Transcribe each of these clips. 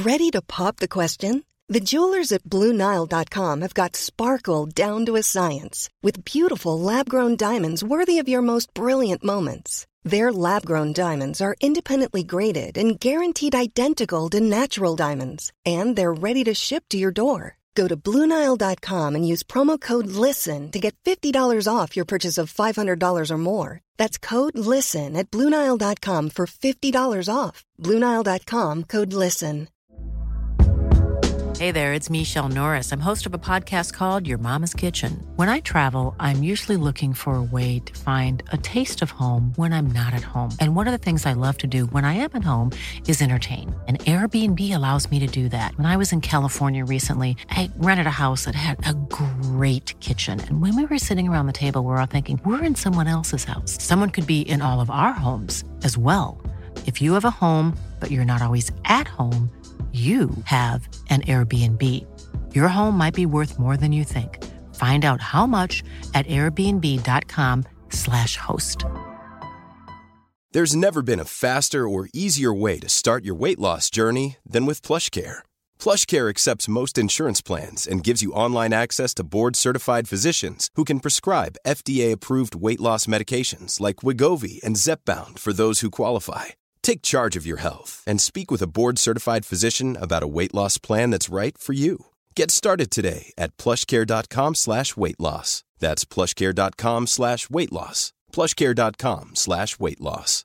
Ready to pop the question? The jewelers at BlueNile.com have got sparkle down to a science with beautiful lab-grown diamonds worthy of your most brilliant moments. Their lab-grown diamonds are independently graded and guaranteed identical to natural diamonds, and they're ready to ship to your door. Go to BlueNile.com and use promo code LISTEN to get $50 off your purchase of $500 or more. That's code LISTEN at BlueNile.com for $50 off. BlueNile.com, code LISTEN. Hey there, it's Michelle Norris. I'm host of a podcast called Your Mama's Kitchen. When I travel, I'm usually looking for a way to find a taste of home when I'm not at home. And one of the things I love to do when I am at home is entertain. And Airbnb allows me to do that. When I was in California recently, I rented a house that had a great kitchen. And when we were sitting around the table, we were all thinking, we're in someone else's house. Someone could be in all of our homes as well. If you have a home, but you're not always at home, you have an Airbnb. Your home might be worth more than you think. Find out how much at airbnb.com/host. There's never been a faster or easier way to start your weight loss journey than with PlushCare. PlushCare accepts most insurance plans and gives you online access to board-certified physicians who can prescribe FDA-approved weight loss medications like Wegovy and Zepbound for those who qualify. Take charge of your health and speak with a board-certified physician about a weight loss plan that's right for you. Get started today at plushcare.com/weightloss. That's plushcare.com/weightloss. plushcare.com/weightloss.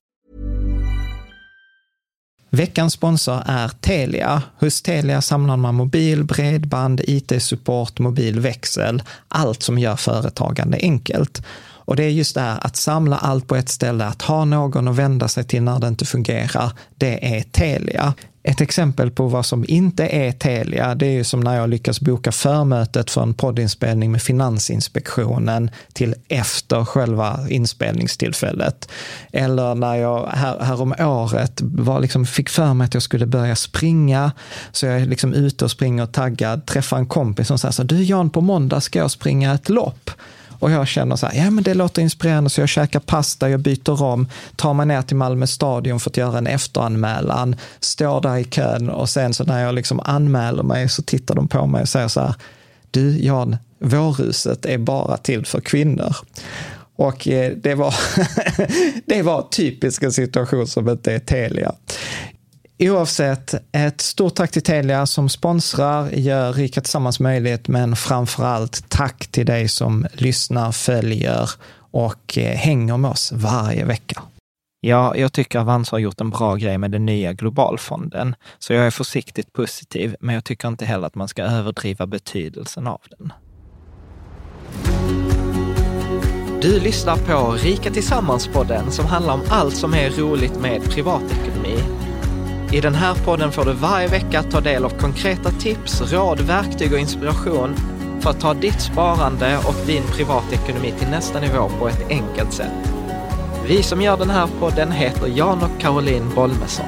Veckans sponsor är Telia. Hos Telia samlar man mobil, bredband, IT-support, mobilväxel, allt som gör företagande enkelt. Och det är just det här att samla allt på ett ställe, att ha någon att vända sig till när det inte fungerar, det är Telia. Ett exempel på vad som inte är Telia, det är ju som när jag lyckas boka förmötet för en poddinspelning med Finansinspektionen till efter själva inspelningstillfället. Eller när jag här om året fick för mig att jag skulle börja springa, så jag är liksom ute och springer och taggad, träffar en kompis som säger så: du Jan, på måndag ska jag springa ett lopp. Och jag känner så här, ja men det låter inspirerande, så jag käkar pasta, jag byter om, tar mig ner till Malmö stadion för att göra en efteranmälan, står där i kön, och sen så när jag liksom anmäler mig så tittar de på mig och säger så här: du Jan, vårhuset är bara till för kvinnor. Och det var typisk en situation som inte är Telia. Oavsett, ett stort tack till Telia som sponsrar, gör Rika Tillsammans möjligt, men framförallt tack till dig som lyssnar, följer och hänger med oss varje vecka. Ja, jag tycker Avanza har gjort en bra grej med den nya globalfonden, så jag är försiktigt positiv, men jag tycker inte heller att man ska överdriva betydelsen av den. Du lyssnar på Rika Tillsammans-podden som handlar om allt som är roligt med privatekonomi. I den här podden får du varje vecka ta del av konkreta tips, råd, verktyg och inspiration för att ta ditt sparande och din privatekonomi till nästa nivå på ett enkelt sätt. Vi som gör den här podden heter Jan och Caroline Bolmesson.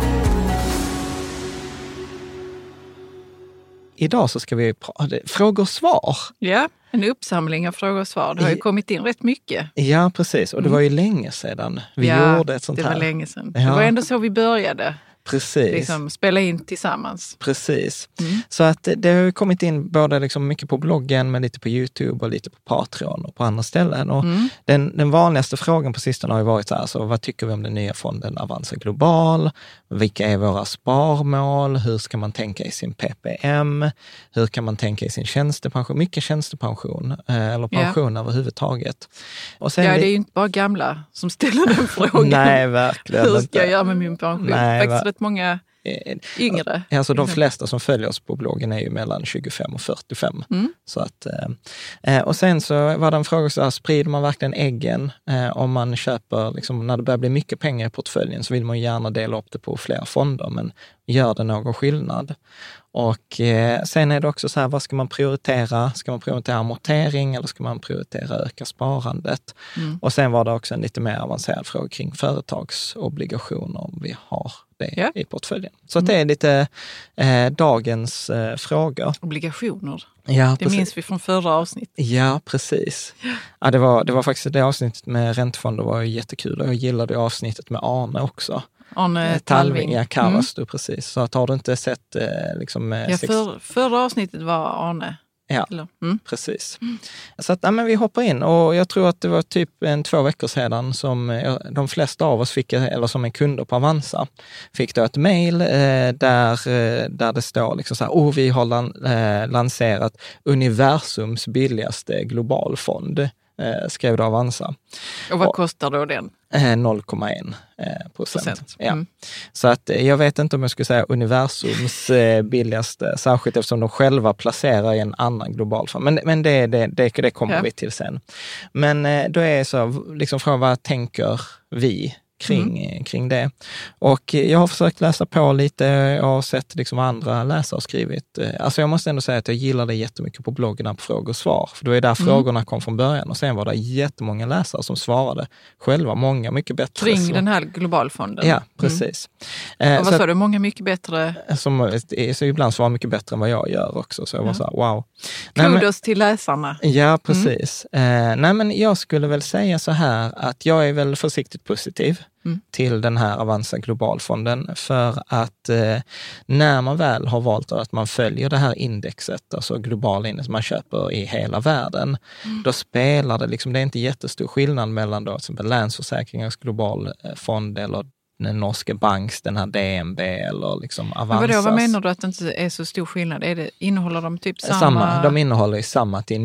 Idag så ska vi prata frågor och svar. Ja, en uppsamling av frågor och svar. Det har ju kommit in rätt mycket. Ja, precis. Och det var ju länge sedan vi gjorde ett sånt här. Ja, det var länge sedan. Det var ändå så vi började. Precis. Liksom spela in tillsammans. Precis. Så att det har kommit in både liksom mycket på bloggen, men lite på YouTube och lite på Patreon och på andra ställen. Och den vanligaste frågan på sistone har ju varit så här: så vad tycker vi om den nya fonden Avanza Global? Vilka är våra sparmål? Hur ska man tänka i sin PPM? Hur kan man tänka i sin tjänstepension? Mycket tjänstepension eller pension överhuvudtaget. Och sen det är ju inte bara gamla som ställer den frågan. Nej, verkligen. Hur ska jag göra med min pension? Nej, faktiskt rätt många yngre. Alltså de flesta som följer oss på bloggen är ju mellan 25 och 45. Så att, och sen så var det en fråga så här: sprider man verkligen äggen om man köper, liksom, när det börjar bli mycket pengar i portföljen så vill man gärna dela upp det på fler fonder, men gör det någon skillnad? Och sen är det också så här, vad ska man prioritera? Ska man prioritera amortering eller ska man prioritera öka sparandet? Och sen var det också en lite mer avancerad fråga kring företagsobligationer, om vi har det i portföljen. Så att det är lite dagens frågor. Obligationer. Ja, det minns vi från förra avsnittet. Ja, precis. Ja, det var faktiskt det avsnittet med räntefonder var ju jättekul, och jag gillade avsnittet med Arne också. Arne Talving. Ja, Karastu, precis. Så att har du inte sett liksom... Förra avsnittet var Arne. Ja, precis. Så att, men vi hoppar in, och jag tror att det var typ 2 veckor sedan som de flesta av oss fick, eller som är kunder på Avanza, fick då ett mejl där det står liksom så här: vi har lanserat universums billigaste globalfond, skrev då Avanza. Och vad kostar då den? 0,1%. Ja. Så att jag vet inte om jag skulle säga universums billigaste, särskilt eftersom de själva placerar i en annan global fond. Men det kommer vi till sen. Men då är så liksom frågan, vad tänker vi kring det? Och jag har försökt läsa på lite och sett liksom vad andra läsare har skrivit. Alltså jag måste ändå säga att jag gillar det jättemycket på bloggarna på frågor och svar. För det är där frågorna kom från början. Och sen var det jättemånga läsare som svarade själva, många mycket bättre. Kring den här globalfonden? Ja, precis. Och vad sa du, många mycket bättre? Så ibland svarar mycket bättre än vad jag gör också. Så jag var så här, wow. Kudos till läsarna. Ja, precis. Nej, men jag skulle väl säga så här att jag är väl försiktigt positiv till den här Avanza globalfonden, för att när man väl har valt att man följer det här indexet, alltså globala index man köper i hela världen, då spelar det liksom, det är inte jättestor skillnad mellan då till exempel Länsförsäkringars globalfond eller den norska banks, den här DNB eller liksom Avanzas. Vad menar du att det inte är så stor skillnad? Innehåller de typ samma? De innehåller ju samma till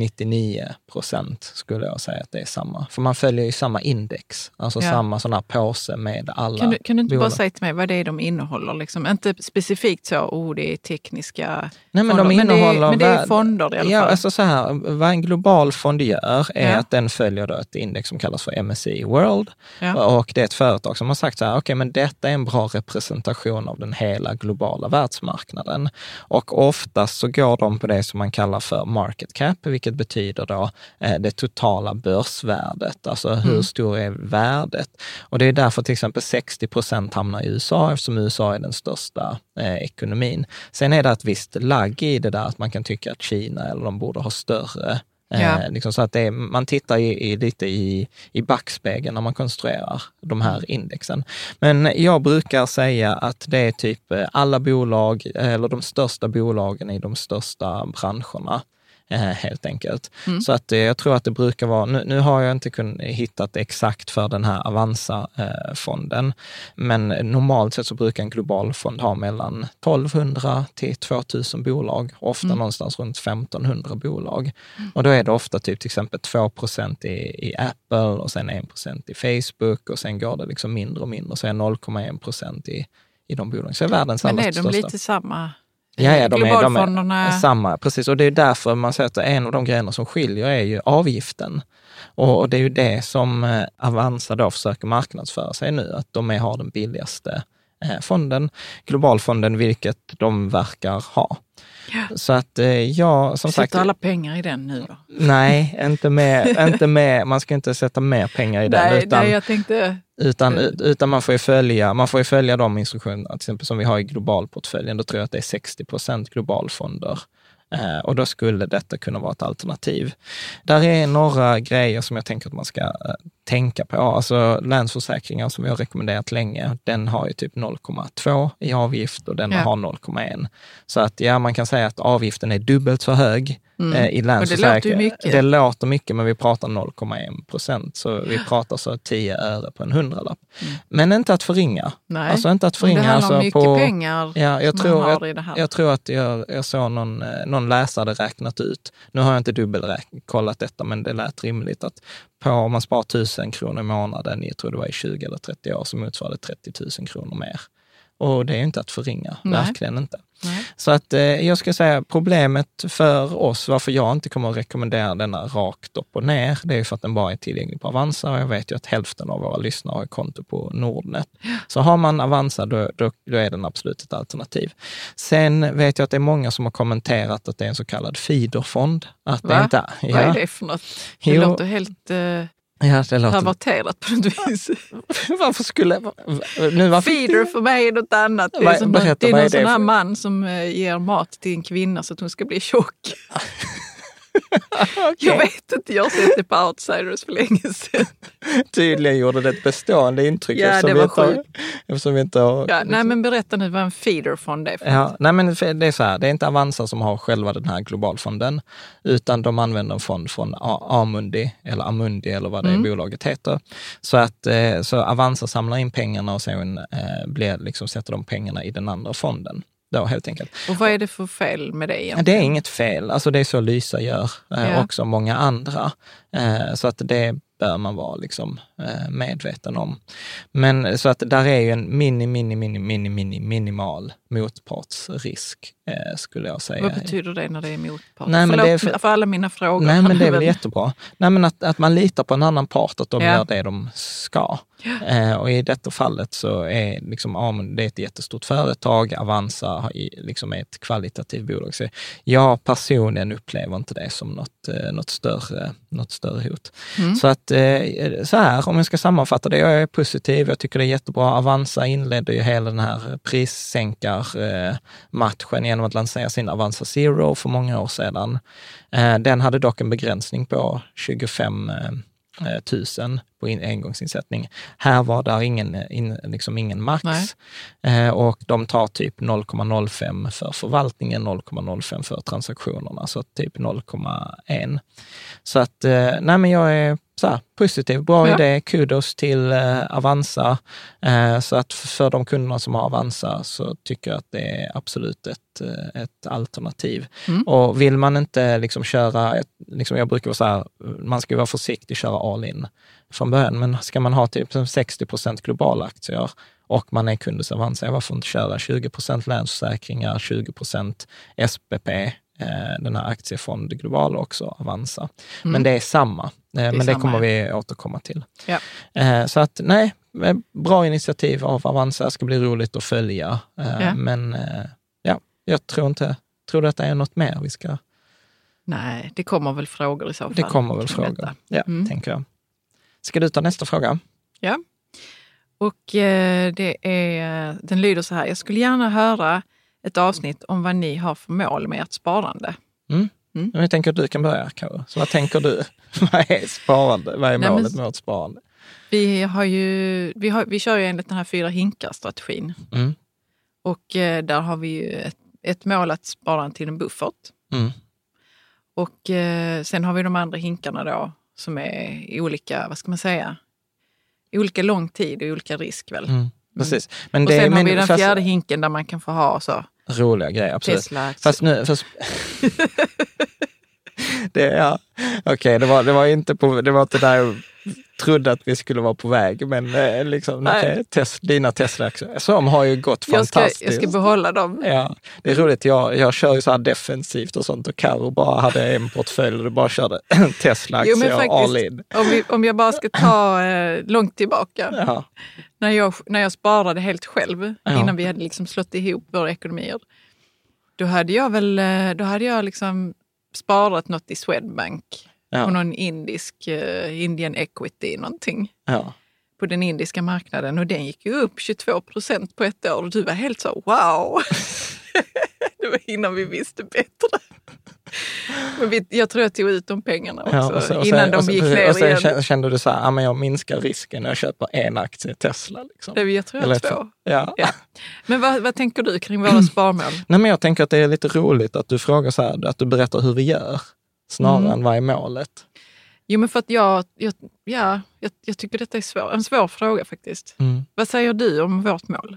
99%, skulle jag säga att det är samma. För man följer ju samma index, alltså samma sån här påse med alla. Kan du inte bara säga till mig vad det är de innehåller? Liksom? Inte specifikt så, det är tekniska Nej, men fonder, de innehåller men det är fonder i alla fall. Ja, alltså så här, vad en global fond gör är att den följer då ett index som kallas för MSCI World. Ja. Och det är ett företag som har sagt så här, okej, men detta är en bra representation av den hela globala världsmarknaden. Och oftast så går de på det som man kallar för market cap, vilket betyder då det totala börsvärdet. Alltså hur stor är värdet? Och det är därför till exempel 60% hamnar i USA, eftersom USA är den största ekonomin. Sen är det ett visst lagg i det där, att man kan tycka att Kina eller de borde ha större. Liksom så att man tittar lite i backspegeln när man konstruerar de här indexen. Men jag brukar säga att det är typ alla bolag, eller de största bolagen i de största branscherna. Helt enkelt. Så att jag tror att det brukar vara, nu har jag inte hittat exakt för den här Avanza-fonden, men normalt sett så brukar en global fond ha mellan 1200 till 2000 bolag, ofta någonstans runt 1500 bolag. Och då är det ofta typ till exempel 2% i Apple och sen 1% i Facebook och sen går det liksom mindre och mindre, så är 0,1% i de bolagen. Så är världens allra största. Men är de lite samma? Ja, de är samma, precis. Och det är därför man säger att en av de grejerna som skiljer är ju avgiften. Och det är ju det som Avanza då försöker marknadsföra sig nu, att de har den billigaste fonden, globalfonden, vilket de verkar ha. Ja. Så att jag, som sagt... Sätter alla pengar i den nu då? Nej, inte med, man ska inte sätta mer pengar i den. Nej, jag tänkte... Utan man får ju följa de instruktioner, till exempel som vi har i globalportföljen, då tror jag att det är 60% globalfonder. Och då skulle detta kunna vara ett alternativ. Där är några grejer som jag tänker att man ska tänka på. Alltså Länsförsäkringar som vi har rekommenderat länge, den har ju typ 0,2 i avgift och den har 0,1. Så att man kan säga att avgiften är dubbelt så hög i Länsförsäkringar. Det låter mycket, men vi pratar 0,1%. Så vi pratar så 10 öre på en 100-lapp. Men inte att förringa. Nej. Alltså inte att förringa. Det handlar om mycket pengar man har i det här. Jag tror att jag såg någon läsare räknat ut. Nu har jag inte dubbelkollat detta, men det lät rimligt att om man sparar 1000 kronor i månaden, jag tror det var i 20 eller 30 år, så motsvarade 30 000 kronor mer. Och det är ju inte att förringa, verkligen inte. Nej. Så att jag ska säga, problemet för oss, varför jag inte kommer att rekommendera denna rakt upp och ner, det är ju för att den bara är tillgänglig på Avanza, och jag vet ju att hälften av våra lyssnare har konto på Nordnet. Så har man Avanza, då är den absolut ett alternativ. Sen vet jag att det är många som har kommenterat att det är en så kallad feederfond. Att det inte, Vad är det för något? Det låter helt... perverterat på något vis. Varför skulle... Feeder för mig är något annat. Det är någon sån här man som ger mat till en kvinna så att hon ska bli tjock. Okay. Jag vet inte, jag har sett det på Outsiders för länge sedan. Tydligen gjorde det ett bestående intryck. Ja, det var sjukt. Eftersom vi inte har... Ja, liksom. Nej, men berätta nu vad en feederfond är för. Ja, nej, men det är så här, det är inte Avanza som har själva den här globalfonden, utan de använder en fond från Amundi eller vad det bolaget heter. Så Avanza samlar in pengarna och sen sätter de pengarna i den andra fonden. Då, helt enkelt. Och vad är det för fel med det egentligen? Det är inget fel. Alltså det är så Lysa gör, också många andra. Så att det bör man vara liksom, medveten om. Men så att där är ju en minimal motpartsrisk, skulle jag säga. Vad betyder det när det är motpart? Nej, men det är för alla mina frågor. Nej, men det är väl jättebra. Nej, men att man litar på en annan part, att de gör det de ska. Och i detta fallet så är liksom, det är ett jättestort företag. Avanza liksom är ett kvalitativt bolag. Så jag personligen upplever inte det som något större hot. Så att så här, om jag ska sammanfatta det, jag är positiv. Jag tycker det är jättebra. Avanza inledde ju hela den här prissänkarmatchen genom att lansera sin Avanza Zero för många år sedan. Den hade dock en begränsning på 25 000 på engångsinsättning. Här var där ingen max. Och de tar typ 0,05 för förvaltningen, 0,05 för transaktionerna, så typ 0,1. Så att, nej, men jag är så här, positiv, bra idé, kudos till Avanza. Så att för de kunderna som har Avanza så tycker jag att det är absolut ett alternativ. Och vill man inte liksom köra, jag brukar vara så här, man ska vara försiktig, köra all in från början, men ska man ha typ 60% globala aktier och man är kund hos Avanza, varför inte köra 20% länsförsäkringar, 20% SPP, den här aktiefond global också, Avanza. Men det är samma. Men det kommer vi återkomma till. Ja. Så att nej, bra initiativ av Avanza, ska bli roligt att följa. Men jag tror att det är något mer vi ska... Nej, det kommer väl frågor i så fall. Det kommer väl frågor, tänker jag. Ska du ta nästa fråga? Ja, och den lyder så här. Jag skulle gärna höra ett avsnitt om vad ni har för mål med ert sparande. Jag tänker att du kan börja, Karo. Så vad tänker du? Vad är sparande? Vad är målet med vårt sparande? Vi kör ju enligt den här 4 hinkar-strategin. Och där har vi ju ett mål att spara till en buffert. Och sen har vi de andra hinkarna då som är i olika, vad ska man säga, i olika lång tid och i olika risk väl. Precis. Men och sen har vi den 4:e hinken där man kan få ha så roliga grejer, absolut. Tesla. Fast Okej, det var inte där jag trodde att vi skulle vara på väg, men dina Tesla-aktier som har ju gått fantastiskt. Jag ska behålla dem. Ja, det är roligt. Jag kör ju så här defensivt och sånt, och Karo bara hade en portfölj och du bara körde Tesla-aktier och all in. Om jag bara ska ta långt tillbaka. När jag sparade helt själv, innan vi hade liksom slått ihop våra ekonomier, då hade jag liksom sparat något i Swedbank på någon Indian Equity någonting på den indiska marknaden, och den gick ju upp 22% på ett år och du var helt så wow. Det var innan vi visste bättre. Men jag tror jag tog ut de pengarna också innan de gick ner igen. Och sen kände du så här, men jag minskar risken när jag köper en aktie Tesla. Liksom. Jag tror jag 2. Ja. Men vad tänker du kring våra sparmål? Nej, men jag tänker att det är lite roligt att du frågar så här, att du berättar hur vi gör snarare än vad är målet. Jo, men för att jag tycker detta är en svår fråga faktiskt. Vad säger du om vårt mål?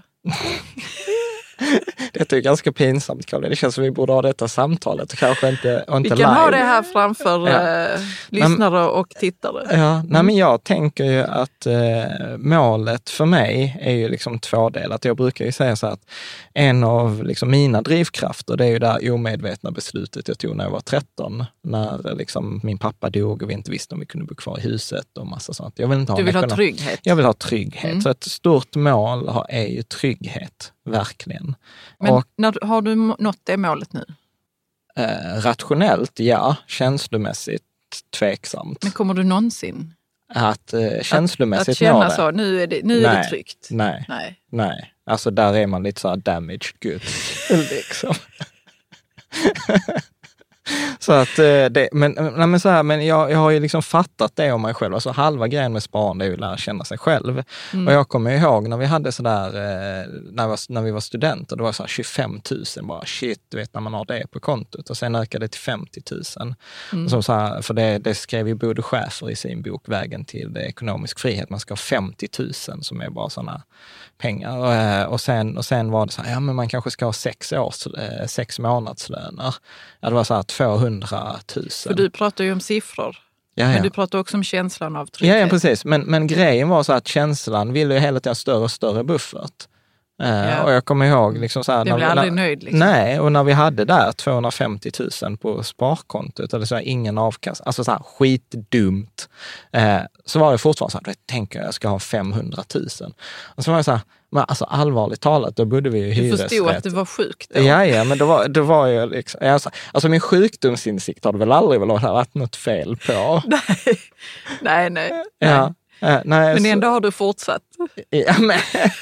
Det är ganska pinsamt, Karl. Det känns som vi borde ha detta samtalet och kanske inte vi kan live. Ha det här framför lyssnare och tittare. Men jag tänker ju att målet för mig är ju liksom tvådelat. Jag brukar ju säga så att en av liksom mina drivkrafter, det är ju det här omedvetna beslutet jag tog när jag var 13, när liksom min pappa dog och vi inte visste om vi kunde bo kvar i huset och massa sånt. Du vill ha trygghet? Jag vill ha trygghet. Så ett stort mål är ju trygghet. Verkligen. Men har du nått det målet nu? Rationellt, ja. Känslomässigt, tveksamt. Men kommer du någonsin? Känslomässigt att känna så, nu är det tryggt? Nej. Alltså där är man lite så här damaged goods. liksom. Så att men jag har ju liksom fattat det om mig själv. Alltså halva grejen med sparande är ju att lära känna sig själv. Och jag kommer ihåg när vi hade sådär, när vi var studenter, det var så här 25 000 bara, shit, du vet när man har det på kontot. Och sen ökade det till 50 000. Och så här, för det skrev ju Bodo Schäfer i sin bok Vägen till ekonomisk frihet. Man ska ha 50 000 som är bara sådana pengar. Och sen var det så här, ja men man kanske ska ha 6 månadslöner. Ja, det var så här 200 000. För du pratar ju om siffror. Ja. Men du pratar också om känslan av trygghet. Ja, precis. Men grejen var så att känslan ville ju hela tiden större och större buffert. Och jag kommer ihåg liksom så här, det blev aldrig nöjd liksom. Nej, och när vi hade där 250 000 på sparkontot eller så här, ingen avkast, alltså så här skitdumt, så var det fortfarande så här, jag tänker jag ska ha 500 000. Och så var det så här, men alltså allvarligt talat, då bodde vi ju hyresrätt. Du förstod att du var sjuk då? Ja, men det var ju liksom, alltså min sjukdomsinsikt har det väl aldrig varit något fel på. Nej. Ja, men ändå har du fortsatt. Ja, men...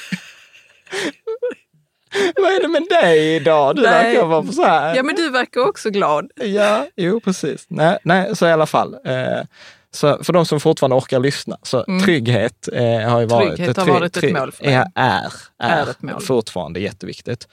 Vad är det med dig idag? Du verkar vara så här. Ja, men du verkar också glad. Ja, jo, precis. Nej, så i alla fall. Så för de som fortfarande orkar lyssna, så trygghet har ju varit... Trygghet har varit ett mål för dig. Är ett mål. Fortfarande jätteviktigt.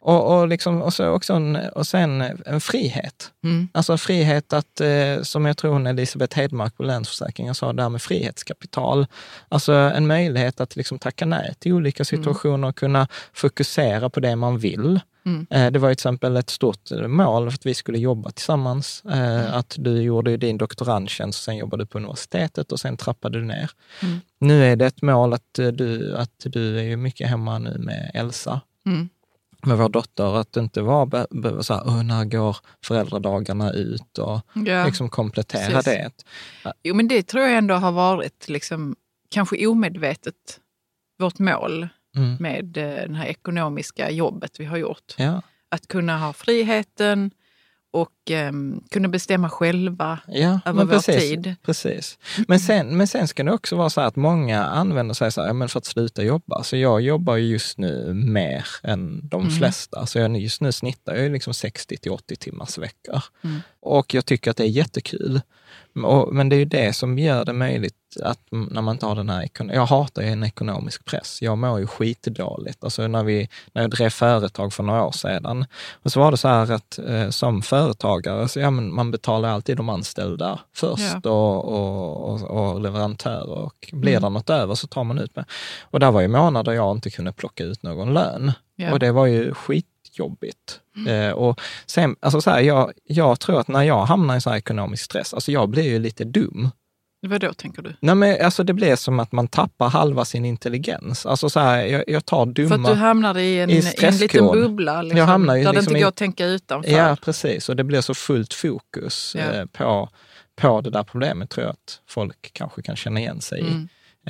Och sen en frihet. Alltså frihet att, som jag tror Elisabeth Hedmark på Länsförsäkringen sa, där med frihetskapital. Alltså en möjlighet att liksom tacka nej till olika situationer och kunna fokusera på det man vill. Det var till exempel ett stort mål för att vi skulle jobba tillsammans. Att du gjorde ju din doktorandtjänst och sen jobbade du på universitetet och sen trappade du ner. Nu är det ett mål att du är ju mycket hemma nu med Elsa. Med vår dotter, att det inte var så här, när går föräldradagarna ut och liksom komplettera det. Jo, men det tror jag ändå har varit liksom, kanske omedvetet vårt mål. Med det här ekonomiska jobbet vi har gjort. Ja. Att kunna ha friheten och kunna bestämma själva över vår tid. Precis. Men sen ska det också vara så här att många använder sig så här, men för att sluta jobba. Så jag jobbar ju just nu mer än de flesta. Så just nu snittar jag liksom 60-80 timmars veckor. Och jag tycker att det är jättekul. Men det är ju det som gör det möjligt att när man inte har den här jag hatar ju en ekonomisk press. Jag mår ju skitdåligt. Alltså när jag drev företag för några år sedan. Och så var det så här att som företagare så man betalar alltid de anställda först och leverantörer. Och blir det något över så tar man ut med. Och där var ju månader jag inte kunde plocka ut någon lön. Yeah. Och det var ju skitjobbigt. Och sen, alltså så här, jag tror att när jag hamnar i så här ekonomisk stress, alltså jag blir ju lite dum. Vad då tänker du? Nej, men alltså det blir som att man tappar halva sin intelligens. Alltså så här, jag tar dumma... För att du hamnar i en liten bubbla liksom, jag hamnar där det inte går att tänka utanför. Ja, precis. Och det blir så fullt fokus på det där problemet, tror jag att folk kanske kan känna igen sig i.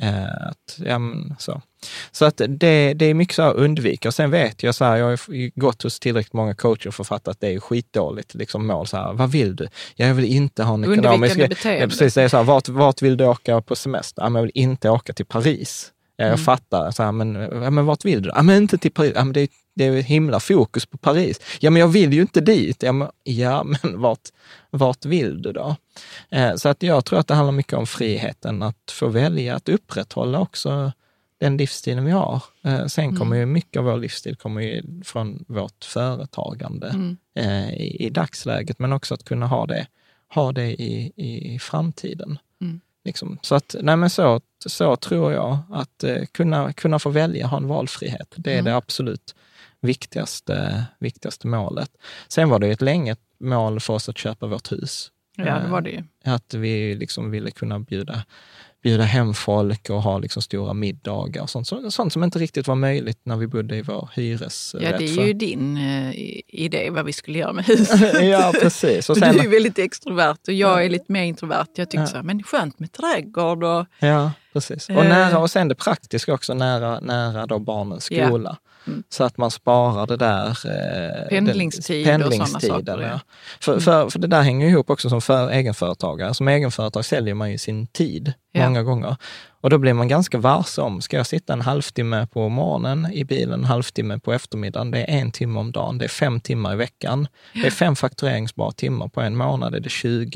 Så att det är mycket så här undvika. Och sen vet jag så här, jag har gått hos tillräckligt många coacher för att fatta att det är skitdåligt liksom mål. Så här, vad vill du? Jag vill inte ha en ekonomisk... Precis, det är så här, vart vill du åka på semester? Jag vill inte åka till Paris. Jag fattar, så här, men vart vill du? Men inte till Paris. Det är himla fokus på Paris. Ja, men jag vill ju inte dit. Men vart vill du då? Så att jag tror att det handlar mycket om friheten att få välja att upprätthålla också den livsstilen vi har. Sen kommer ju mycket av vår livsstil kommer ju från vårt företagande i dagsläget, men också att kunna ha det i framtiden. Liksom. Så att, så tror jag att kunna få välja, ha en valfrihet. Det är det absolut viktigaste målet. Sen var det ett länge mål för oss att köpa vårt hus. Ja, det var det ju. Att vi liksom ville kunna bjuda hem folk och ha liksom stora middagar och sånt som inte riktigt var möjligt när vi bodde i vår hyresrätt. Ja, det är ju din idé vad vi skulle göra med huset. Ja, precis. Och sen, du är ju väldigt extrovert och jag är lite mer introvert. Jag tyckte så här, men skönt med trädgård och... Ja, precis. Och nära, och sen det praktiska också, nära då barnens skola. Så att man sparar det där pendlingstid och sådana saker. Ja. För det där hänger ihop också som egenföretagare. Som egenföretag säljer man ju sin tid många gånger. Och då blir man ganska varse om, ska jag sitta en halvtimme på morgonen i bilen, en halvtimme på eftermiddagen, det är 1 timme om dagen, det är 5 timmar i veckan. Det är 5 faktureringsbara timmar på en månad, är det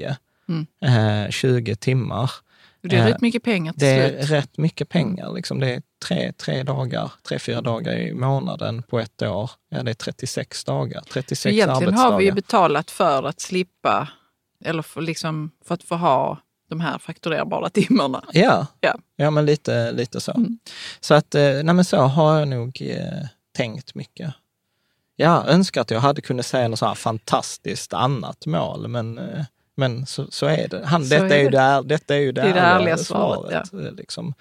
20 timmar. Det är rätt mycket pengar till slut. Det är rätt mycket pengar. Liksom. Det är 3-4 dagar i månaden på ett år. Ja, det är 36 dagar. 36 egentligen arbetsdagar. har vi ju betalat för att slippa, eller för att få ha de här fakturerbara timmarna. Ja, men lite så. Så att, så har jag nog tänkt mycket. Jag önskar att jag hade kunnat säga något så här fantastiskt annat mål, men så är det. Detta är ju det ärliga svaret. Ja. Liksom.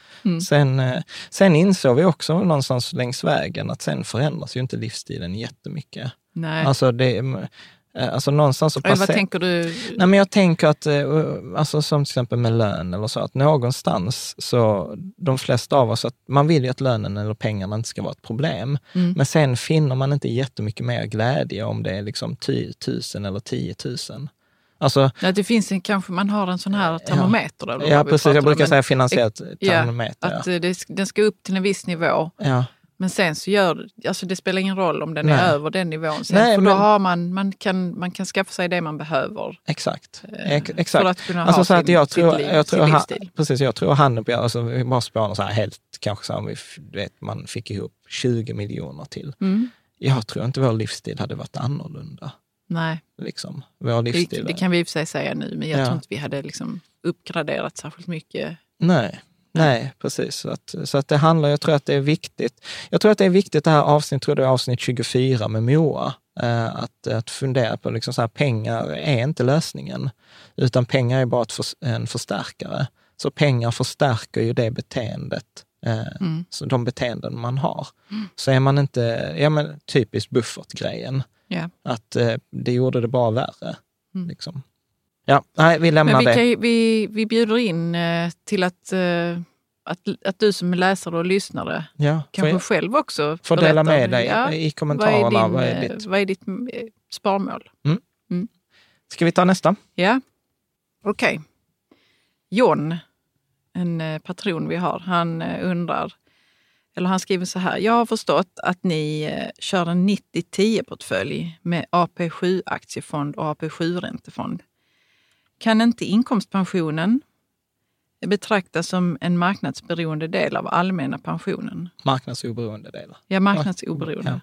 Sen insåg vi också någonstans längs vägen att sen förändras ju inte livsstilen jättemycket. Nej. Alltså någonstans så vad tänker du? Nej, men jag tänker att, alltså som till exempel med lön eller så, att någonstans så de flesta av oss, att man vill ju att lönen eller pengarna inte ska vara ett problem. Men sen finner man inte jättemycket mer glädje om det är liksom 10 000 eller 10 000. Alltså, det finns kanske man har en sån här termometer. Eller ja, precis. Jag brukar säga finansiellt termometer. Att den ska upp till en viss nivå. Ja. Men sen så det spelar ingen roll om den är över den nivån. Sen, för då har man kan skaffa sig det man behöver. Exakt. För att kunna alltså, ha så sin livsstil. Precis, jag tror handeln på, alltså vi bara spånar så här helt, kanske så här, man fick ihop 20 miljoner till. Jag tror inte vår livsstil hade varit annorlunda. Nej. Liksom, vår livsstil. Det kan vi i och för sig säga nu, men jag tror inte vi hade liksom uppgraderat särskilt mycket. Nej, precis. Så att det handlar, jag tror att det är viktigt. Jag tror att det är viktigt det här avsnitt 24 med Moa. Att fundera på liksom så här, pengar är inte lösningen. Utan pengar är bara en förstärkare. Så pengar förstärker ju det beteendet. Så de beteenden man har. Så är man inte, typiskt buffertgrejen. Yeah. Att det gjorde det bara värre. Liksom. Ja, nej, vi lämnar det. Vi bjuder in till att du som läsare och lyssnare kanske själv också får dela med dig i kommentarerna. Vad är ditt sparmål? Ska vi ta nästa? Ja, okej. John, en patron vi har, han undrar, eller han skriver så här: jag har förstått att ni kör en 90-10-portfölj med AP7-aktiefond och AP7-räntefond. Kan inte inkomstpensionen betraktas som en marknadsberoende del av allmänna pensionen? Marknadsoberoende delar. Ja, marknadsoberoende.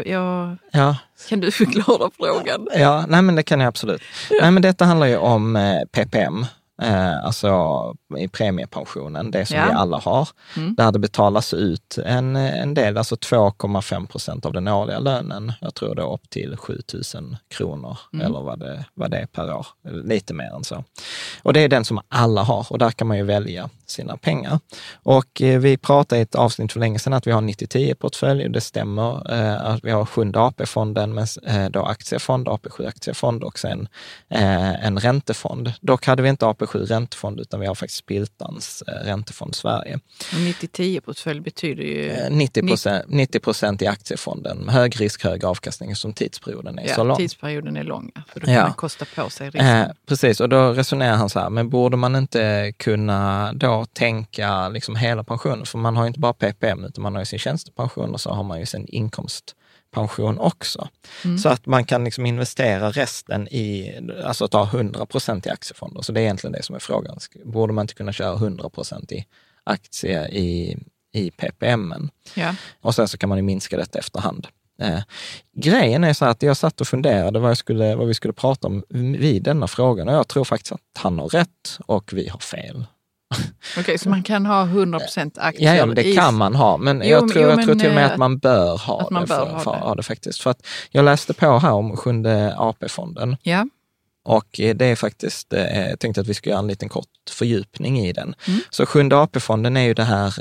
Ja. Kan du förklara frågan? Ja, nej men det kan jag absolut. Nej, men detta handlar ju om PPM. Alltså i premiepensionen, det som vi alla har. Där det betalas ut en del, alltså 2,5% av den årliga lönen. Jag tror det är upp till 7 000 kronor eller vad det är per år. Lite mer än så. Och det är den som alla har och där kan man ju välja sina pengar. Och vi pratade i ett avsnitt för länge sedan att vi har 90-10-portfölj. Det stämmer att vi har 7:e AP-fonden med då aktiefond, AP7-aktiefond och sen en räntefond. Dock hade vi inte AP7-räntefond utan vi har faktiskt Spiltans räntefond Sverige. 90-10-portfölj betyder ju 90% i aktiefonden. Hög risk, hög avkastning som tidsperioden är så lång. Tidsperioden är lång, för då kan man kosta på sig risken. Precis, och då resonerar han så här, men borde man inte kunna då tänka liksom hela pensionen? För man har ju inte bara PPM utan man har ju sin tjänstepension och så har man ju sin inkomstpension också. Så att man kan liksom investera resten i, alltså ta 100% i aktiefonder. Så det är egentligen det som är frågan. Borde man inte kunna köra 100% i aktier i PPM-en? Ja. Och sen så kan man ju minska detta efterhand. Grejen är så att jag satt och funderade vad vi skulle prata om vid denna frågan och jag tror faktiskt att han har rätt och vi har fel. Okej, så man kan ha 100% aktier? Ja, det kan man ha. Men jag tror till och med att man bör ha det faktiskt. För att jag läste på här om 7:e AP-fonden. Ja. Och det är faktiskt, jag tänkte att vi ska göra en liten kort fördjupning i den. Så 7:e AP-fonden är ju det här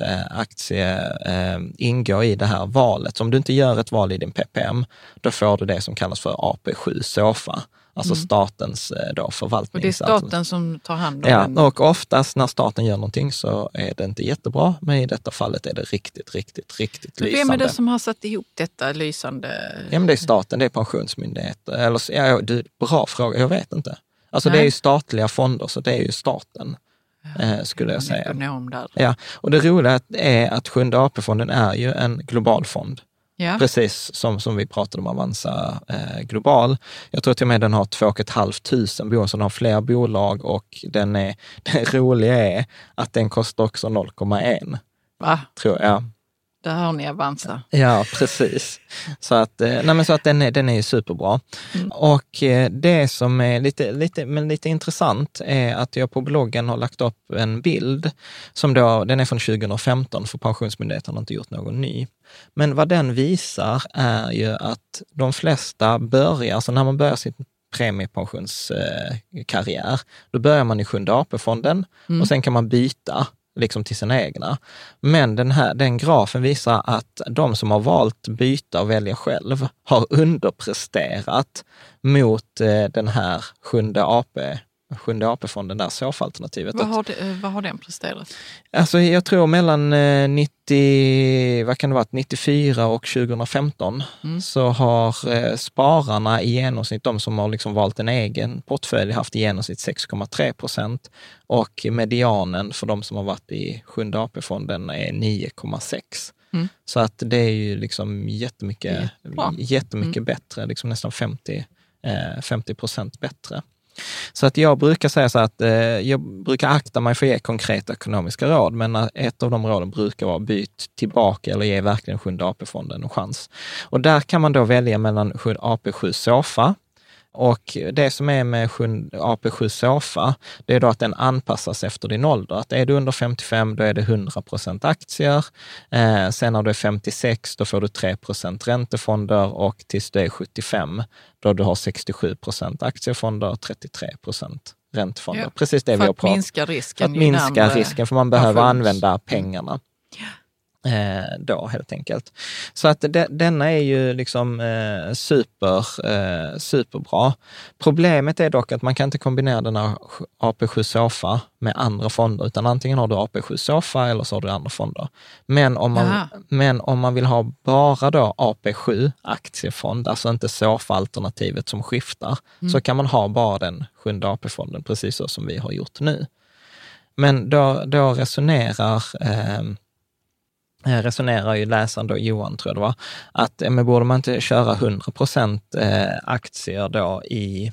ingår i det här valet. Så om du inte gör ett val i din PPM, då får du det som kallas för AP7 SOFA. Alltså statens då förvaltning. Och det är staten som tar hand om den? Ja, och oftast när staten gör någonting så är det inte jättebra, men i detta fallet är det riktigt lysande. Vem är det som har satt ihop detta lysande? Ja, men det är staten, det är pensionsmyndigheter. Eller, bra fråga, jag vet inte. Alltså det är ju statliga fonder, så det är ju staten, skulle jag säga. Där. Ja, och det roliga är att Sjunde AP-fonden är ju en global fond. Ja. Precis som vi pratade om Avanza Global. Jag tror till och med den har 2 500 bolag, så den har fler bolag, och det roliga är att den kostar också 0,1. Va? Tror jag. Där har ni Avanza. Ja, precis. Så att den är ju superbra. Och det som är lite intressant är att jag på bloggen har lagt upp en bild som den är från 2015, för Pensionsmyndigheten har inte gjort någon ny. Men vad den visar är ju att de flesta börjar, så när man börjar sin premiepensionskarriär, då börjar man i Sjunde AP-fonden och sen kan man byta liksom till sina egna. Men den grafen visar att de som har valt byta och välja själv har underpresterat mot den här Sjunde AP-fonden, där SOFA-alternativet. Vad har den presterat? Alltså jag tror mellan 94 och 2015 så har spararna i genomsnitt, de som har liksom valt en egen portfölj, haft i genomsnitt 6,3%, och medianen för de som har varit i Sjunde AP-fonden är 9,6%. Så att det är ju liksom jättemycket bättre, liksom nästan 50% bättre. Så att jag brukar säga så att jag brukar akta mig för att ge konkreta ekonomiska råd, men ett av de råden brukar vara byt tillbaka eller ge verkligen Sjunde AP-fonden en chans. Och där kan man då välja mellan AP7 SOFA, och det som är med AP7 SOFA, det är då att den anpassas efter din ålder. Att är du under 55, då är det 100% aktier. Sen när du är 56, då får du 3% räntefonder, och tills du är 75, då du har 67% aktiefonder och 33% räntefonder. Ja, precis det vi har pratat om. För att minska risken. För att minska risken, för man behöver använda pengarna. Då helt enkelt. Så att denna är ju liksom superbra. Problemet är dock att man kan inte kombinera den här AP7 SOFA med andra fonder, utan antingen har du AP7 SOFA eller så har du andra fonder. Men om man vill ha bara då AP7 aktiefond, alltså inte SOFA-alternativet som skiftar, så kan man ha bara den Sjunde AP-fonden, precis så som vi har gjort nu. Men då resonerar ju läsaren då, Johan tror jag det var, att men borde man inte köra 100% aktier då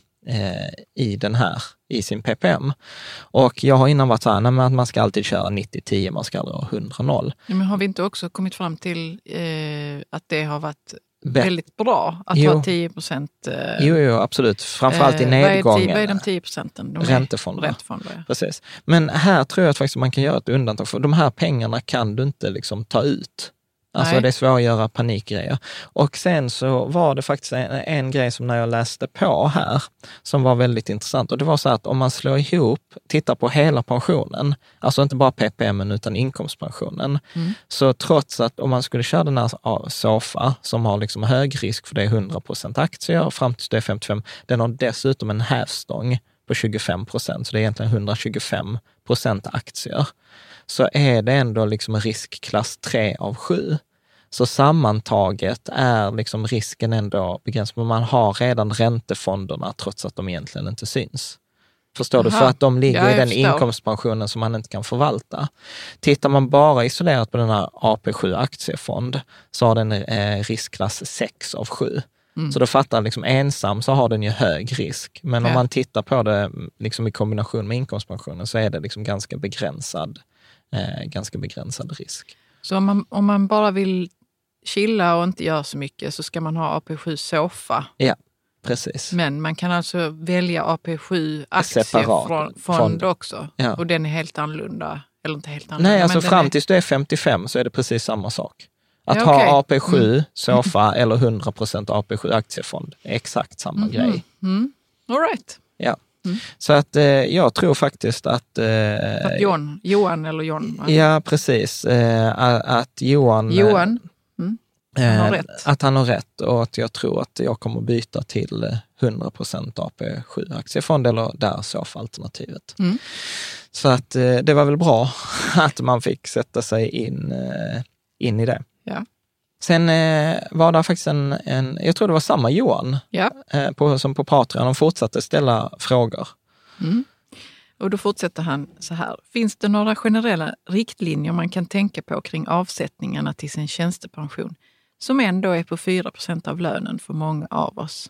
i sin PPM? Och jag har innan varit så här, att man ska alltid köra 90-10, man ska aldrig ha 100-0. Men har vi inte också kommit fram till att det har varit väldigt bra att ha 10%? Jo, absolut. Framförallt i nedgången. Vad är de 10%? Räntefonder. Ja. Precis. Men här tror jag att faktiskt man kan göra ett undantag, för de här pengarna kan du inte liksom ta ut. Alltså det är svårt att göra panikgrejer. Och sen så var det faktiskt en grej som när jag läste på här som var väldigt intressant. Och det var så att om man slår ihop, tittar på hela pensionen, alltså inte bara PPM utan inkomstpensionen. Så trots att om man skulle köra den här SOFA som har liksom hög risk för det är 100% aktier fram till det är 55, den har dessutom en hävstång på 25%, så det är egentligen 125% aktier. Så är det ändå liksom riskklass 3 av 7. Så sammantaget är liksom risken ändå begränsad, men man har redan räntefonderna trots att de egentligen inte syns. Förstår du? För att de ligger i den inkomstpensionen som man inte kan förvalta. Tittar man bara isolerat på den här AP7 aktiefond så har den riskklass 6 av 7. Så då fattar liksom ensam så har den ju hög risk. Men om man tittar på det liksom i kombination med inkomstpensionen så är det liksom ganska begränsad risk. Så om man bara vill chilla och inte göra så mycket så ska man ha AP7 SOFA. Ja, precis. Men man kan alltså välja AP7 aktiefond också. Ja. Och den är helt annorlunda. Eller inte helt annorlunda. Nej, alltså fram tills du är 55 så är det precis samma sak. Att ha AP7 SOFA eller 100% AP7 aktiefond är exakt samma grej. All right. Ja. Så att jag tror faktiskt att... Johan eller John? Ja, precis. Att Johan... Att han har rätt och att jag tror att jag kommer byta till 100% AP7-aktiefond eller där så för alternativet. Så att det var väl bra att man fick sätta sig in i det. Ja. Sen var det faktiskt jag tror det var samma Johan som på Patreon, de fortsatte ställa frågor. Och då fortsätter han så här. Finns det några generella riktlinjer man kan tänka på kring avsättningarna till sin tjänstepension som ändå är på 4% av lönen för många av oss?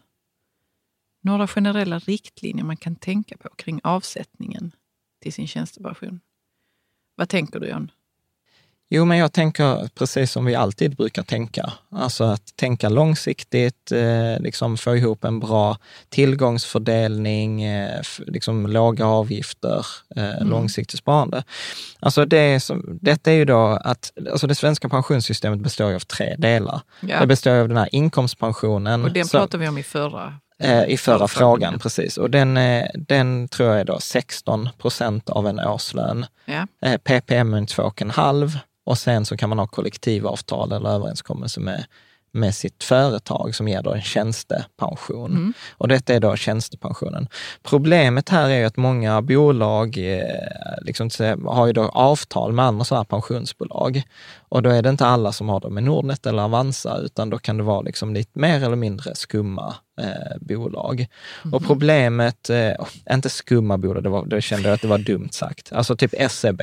Några generella riktlinjer man kan tänka på kring avsättningen till sin tjänstepension. Vad tänker du, John? Jo, men jag tänker precis som vi alltid brukar tänka. Alltså att tänka långsiktigt, liksom få ihop en bra tillgångsfördelning, liksom låga avgifter, långsiktigt sparande. Alltså detta är ju då att alltså det svenska pensionssystemet består av 3 delar. Ja. Det består av den här inkomstpensionen. Och den pratade vi om i förra frågan, precis. Och den tror jag är då 16% av en årslön. Ja. PPM är 2,5%. Och sen så kan man ha kollektivavtal eller överenskommelse med sitt företag som ger då en tjänstepension. Och detta är då tjänstepensionen. Problemet här är ju att många bolag liksom har ju då avtal med andra sådana här pensionsbolag. Och då är det inte alla som har det med Nordnet eller Avanza, utan då kan det vara liksom lite mer eller mindre skumma bolag. Och problemet, inte skumma bolag, då kände jag att det var dumt sagt. Alltså typ SEB.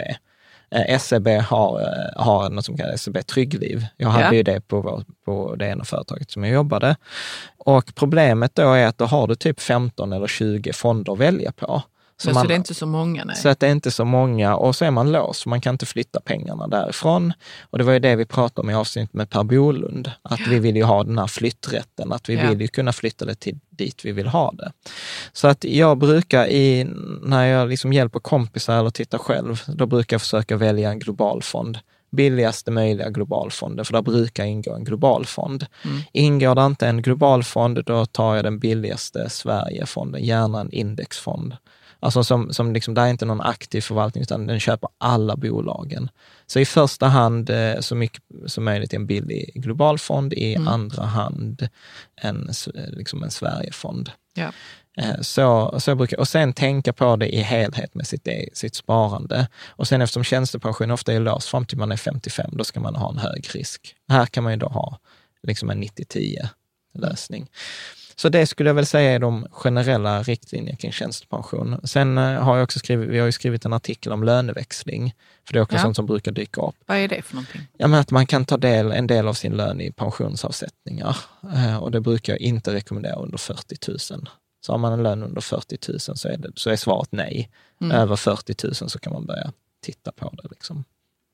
SEB har något som kallas SEB Tryggliv. Jag hade ju det på det ena företaget som jag jobbade. Och problemet då är att då har du typ 15 eller 20 fonder att välja på. Så det är inte så många? Nej. Så att det är inte så många och så är man låst. Man kan inte flytta pengarna därifrån. Och det var ju det vi pratade om i avsnitt med Per Bolund. Att vi vill ju ha den här flytträtten. Att vi vill ju kunna flytta det till dit vi vill ha det. Så att jag brukar när jag liksom hjälper kompisar eller tittar själv, då brukar jag försöka välja en globalfond. Billigaste möjliga globalfonder, för där brukar ingå en globalfond. Ingår det inte en globalfond, då tar jag den billigaste Sverigefonden, gärna en indexfond. Alltså som liksom, där är inte någon aktiv förvaltning, utan den köper alla bolagen. Så i första hand så mycket som möjligt en billig globalfond, i andra hand en Sverigefond. Ja. Så jag brukar, och sen tänka på det i helhet med sitt sparande. Och sen eftersom tjänstepension ofta är låst fram till man är 55, då ska man ha en hög risk. Här kan man ju då ha liksom en 90-10 lösning. Så det skulle jag väl säga är de generella riktlinjer kring tjänstepension. Sen har vi har ju skrivit en artikel om löneväxling. För det är också sånt som brukar dyka upp. Vad är det för någonting? Ja, men att man kan ta en del av sin lön i pensionsavsättningar. Och det brukar jag inte rekommendera under 40 000. Så har man en lön under 40 000 så är svaret nej. Över 40 000 så kan man börja titta på det. Liksom.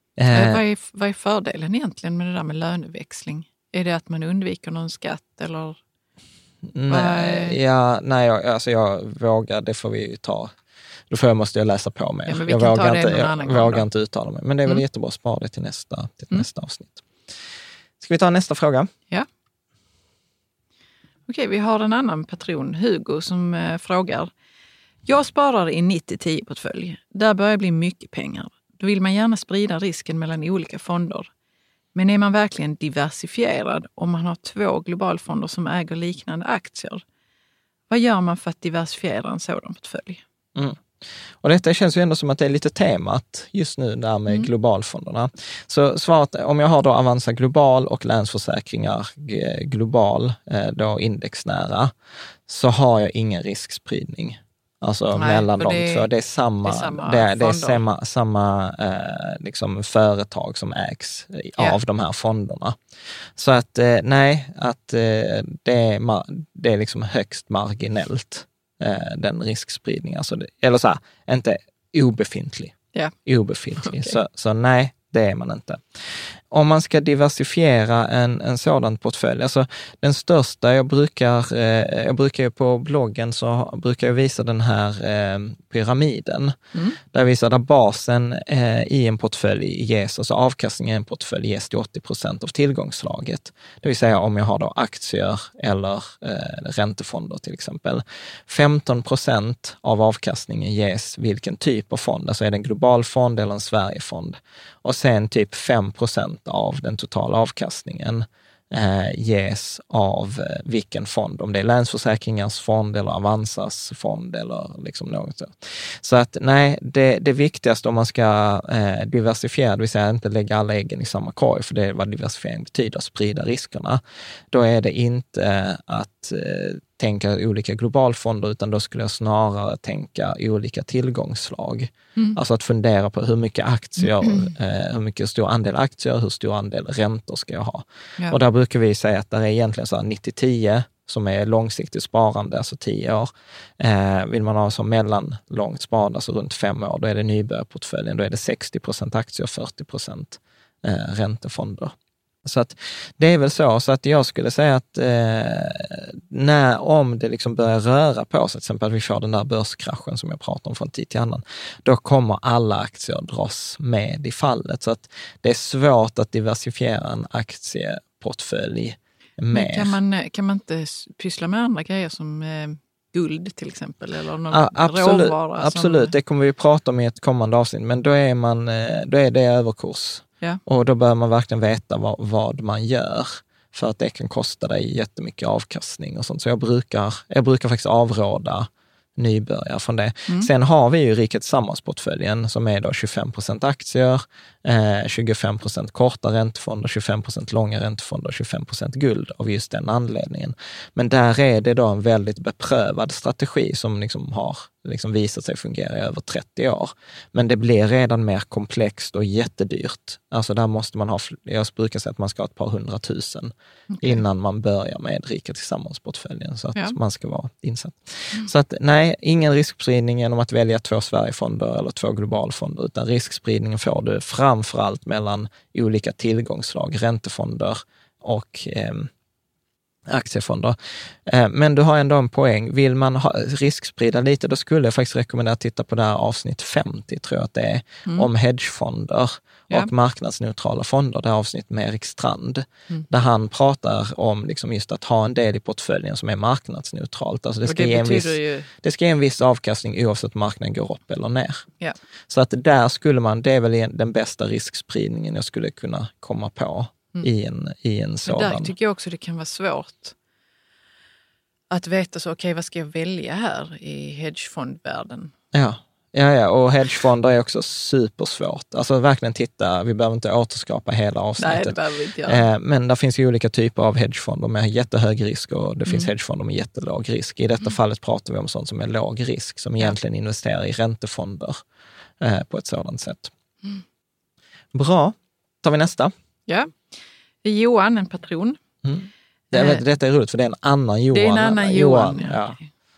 Vad är fördelen egentligen med det där med löneväxling? Är det att man undviker någon skatt eller... Jag vågar, det får vi ju ta. Då måste jag läsa på mig. Ja, jag vågar inte uttala mig. Men det är väl jättebra att spara det till nästa avsnitt. Ska vi ta nästa fråga? Ja. Okej, vi har en annan patron, Hugo, som frågar. Jag sparar i 90-10-portfölj. Där börjar bli mycket pengar. Då vill man gärna sprida risken mellan olika fonder. Men är man verkligen diversifierad om man har 2 globalfonder som äger liknande aktier? Vad gör man för att diversifiera en sådan portfölj? Och detta känns ju ändå som att det är lite temat just nu där med globalfonderna. Så svaret, om jag har då Avanza Global och Länsförsäkringar Global, då indexnära, så har jag ingen riskspridning. Alltså mellan de två. Det är samma liksom företag som ägs av de här fonderna. Så att det är liksom högst marginellt den riskspridning. Alltså eller så här, inte obefintlig. Obefintlig. Så nej, det är man inte. Om man ska diversifiera en sådan portfölj, alltså den största, jag brukar ju på bloggen så brukar jag visa den här pyramiden. Där jag visar där basen i en portfölj ges, alltså avkastningen i en portfölj ges till 80% av tillgångslaget. Det vill säga om jag har då aktier eller räntefonder till exempel. 15% av avkastningen ges vilken typ av fond, alltså är det en globalfond eller en Sverigefond. Och sen typ 5% av den totala avkastningen ges av vilken fond, om det är Länsförsäkringars fond eller Avanzas fond eller liksom något så. Så att nej, det viktigaste om man ska diversifiera, det vill säga inte lägga alla äggen i samma korg, för det är vad diversifiering betyder, sprida riskerna. Då är det inte att tänka olika globalfonder, utan då skulle jag snarare tänka olika tillgångsslag. Alltså att fundera på hur mycket aktier, hur mycket stor andel aktier, hur stor andel räntor ska jag ha. Ja. Och där brukar vi säga att det är egentligen så här 90-10 som är långsiktigt sparande, alltså 10 år. Vill man ha som mellanlångt sparande, alltså runt 5 år, då är det nybörjarportföljen, då är det 60% aktier och 40% räntefonder. Så att det är väl så att jag skulle säga att om det liksom börjar röra på sig, till exempel att vi får den där börskraschen som jag pratar om från tid till annan, då kommer alla aktier dras med i fallet. Så att det är svårt att diversifiera en aktieportfölj mer. Men kan man inte pyssla med andra grejer som guld till exempel? Eller någon råvara? Absolut, det kommer vi prata om i ett kommande avsnitt, men då är det överkurs. Ja. Och då bör man verkligen veta vad man gör, för att det kan kosta dig jättemycket avkastning och sånt. Så jag brukar faktiskt avråda nybörjare från det. Sen har vi ju Rika Tillsammans-portföljen som är då 25% aktier, 25% korta räntefonder, 25% långa räntefonder och 25% guld av just den anledningen. Men där är det då en väldigt beprövad strategi som liksom har visat sig fungera i över 30 år. Men det blir redan mer komplext och jättedyrt. Alltså där måste man ha, jag brukar säga att man ska ha ett par 100 000 innan man börjar med Rika Tillsammans-portföljen, så att man ska vara insatt. Så att nej, ingen riskspridning genom att välja 2 Sverigefonder eller 2 globalfonder, utan riskspridningen får du framförallt mellan olika tillgångsslag, räntefonder och aktiefonder. Men du har ändå en poäng. Vill man risksprida lite, då skulle jag faktiskt rekommendera att titta på det här avsnitt 50, tror jag att det är, om hedgefonder och marknadsneutrala fonder. Det är avsnitt med Erik Strand, där han pratar om liksom just att ha en del i portföljen som är marknadsneutralt. Alltså det ska ge en viss avkastning oavsett om marknaden går upp eller ner. Ja. Så att där skulle man, det är väl den bästa riskspridningen jag skulle kunna komma på. I en sådan. Men där tycker jag också det kan vara svårt att veta så, okej, vad ska jag välja här i hedgefondvärlden? Ja, och hedgefonder är också supersvårt. Alltså verkligen titta, vi behöver inte återskapa hela avsnittet. Nej, det behöver vi inte göra. Men det finns ju olika typer av hedgefonder med jättehög risk och det finns hedgefonder med jättelåg risk. I detta fallet pratar vi om sånt som är låg risk, som egentligen investerar i räntefonder på ett sådant sätt. Bra, tar vi nästa. Ja. Johan, en patron. Detta är roligt för det är en annan Johan. Det är en annan Johan. Ja.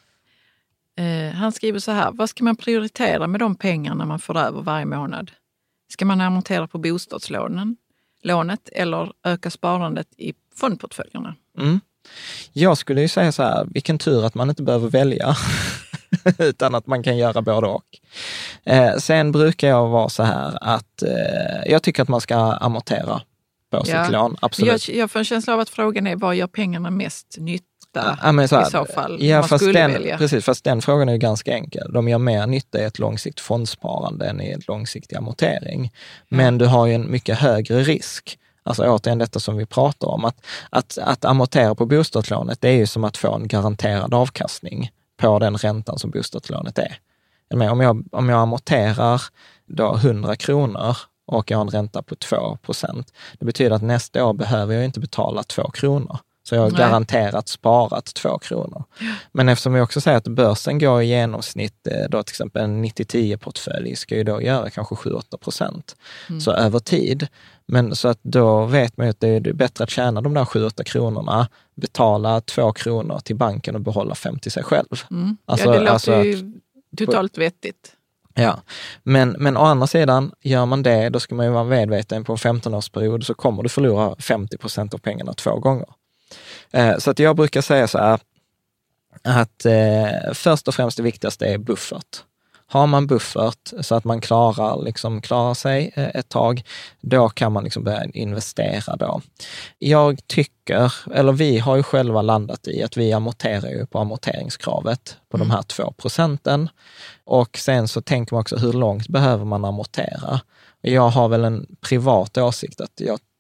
Han skriver så här: vad ska man prioritera med de pengarna man får över varje månad? Ska man amortera på bostadslånet eller öka sparandet i fondportföljerna? Jag skulle ju säga så här, vilken tur att man inte behöver välja utan att man kan göra både och. Sen brukar jag vara så här att jag tycker att man ska amortera på sitt lån, absolut. Jag får en känsla av att frågan är, vad gör pengarna mest nytta i så fall? Fast den frågan är ju ganska enkel. De gör mer nytta i ett långsiktigt fondsparande än i ett långsiktig amortering. Men du har ju en mycket högre risk. Alltså återigen detta som vi pratar om. Att amortera på bostadslånet, det är ju som att få en garanterad avkastning på den räntan som bostadslånet är. Om jag amorterar då 100 kronor och jag har en ränta på 2%. Det betyder att nästa år behöver jag inte betala 2 kronor. Så jag har garanterat sparat 2 kronor. Men eftersom vi också säger att börsen går i genomsnitt, då till exempel en 90-10-portfölj ska ju då göra kanske 7-8%. Så över tid. Men så att då vet man ju att det är bättre att tjäna de där 7-8 kronorna, betala 2 kronor till banken och behålla 5 till sig själv. Det låter ju totalt vettigt. Ja, men å andra sidan, gör man det, då ska man ju vara medveten på en 15-årsperiod så kommer du förlora 50% av pengarna 2 gånger. Så att jag brukar säga så här att först och främst det viktigaste är buffert. Har man buffert så att man klarar sig ett tag, då kan man börja investera då. Jag tycker, eller vi har ju själva landat i att vi amorterar ju på amorteringskravet på de här 2%. Och sen så tänker man också, hur långt behöver man amortera? Jag har väl en privat åsikt att jag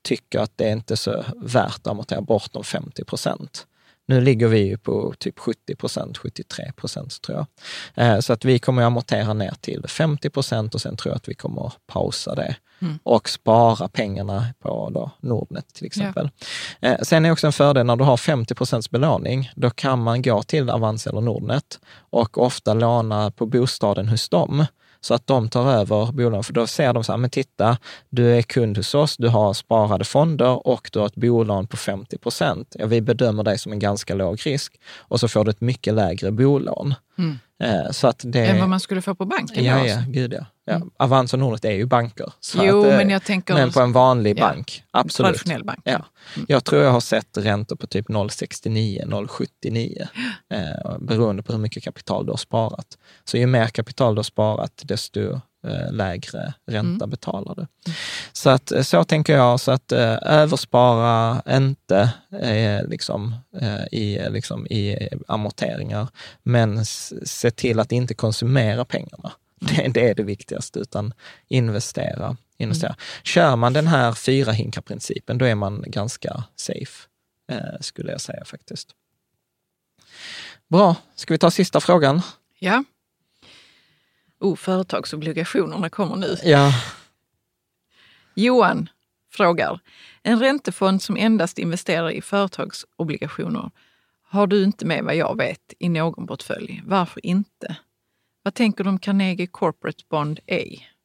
tycker att det är inte så värt att amortera bort de 50%. Nu ligger vi ju på typ 70%, 73% tror jag. Så att vi kommer att amortera ner till 50% och sen tror jag att vi kommer att pausa det. Och spara pengarna på då Nordnet till exempel. Ja. Sen är också en fördel när du har 50% belåning, då kan man gå till Avanza eller Nordnet och ofta låna på bostaden hos dem. Så att de tar över bolagen, för då ser de så här, men titta, du är kund hos oss, du har sparade fonder och du har ett bolån på 50%. Ja, vi bedömer dig som en ganska låg risk och så får du ett mycket lägre bolån. Så att det... Än vad man skulle få på banken? Ja, gud ja. Avanza och Nordnet är ju banker. Så jo, att, men jag tänker... Men på en vanlig bank, absolut. Traditionell bank. Ja. Jag tror jag har sett räntor på typ 0,69, 0,79 beroende på hur mycket kapital du har sparat. Så ju mer kapital du har sparat, desto lägre ränta betalar du. Så att så tänker jag, så att överspara inte i amorteringar, men se till att inte konsumera pengarna. Det är det viktigaste, utan investera. Kör man den här 4-hinkar-principen, då är man ganska safe, skulle jag säga faktiskt. Bra, ska vi ta sista frågan? Ja. Företagsobligationerna kommer nu. Ja. Johan frågar, en räntefond som endast investerar i företagsobligationer har du inte med vad jag vet i någon portfölj. Varför inte? Vad tänker du om Carnegie Corporate Bond A?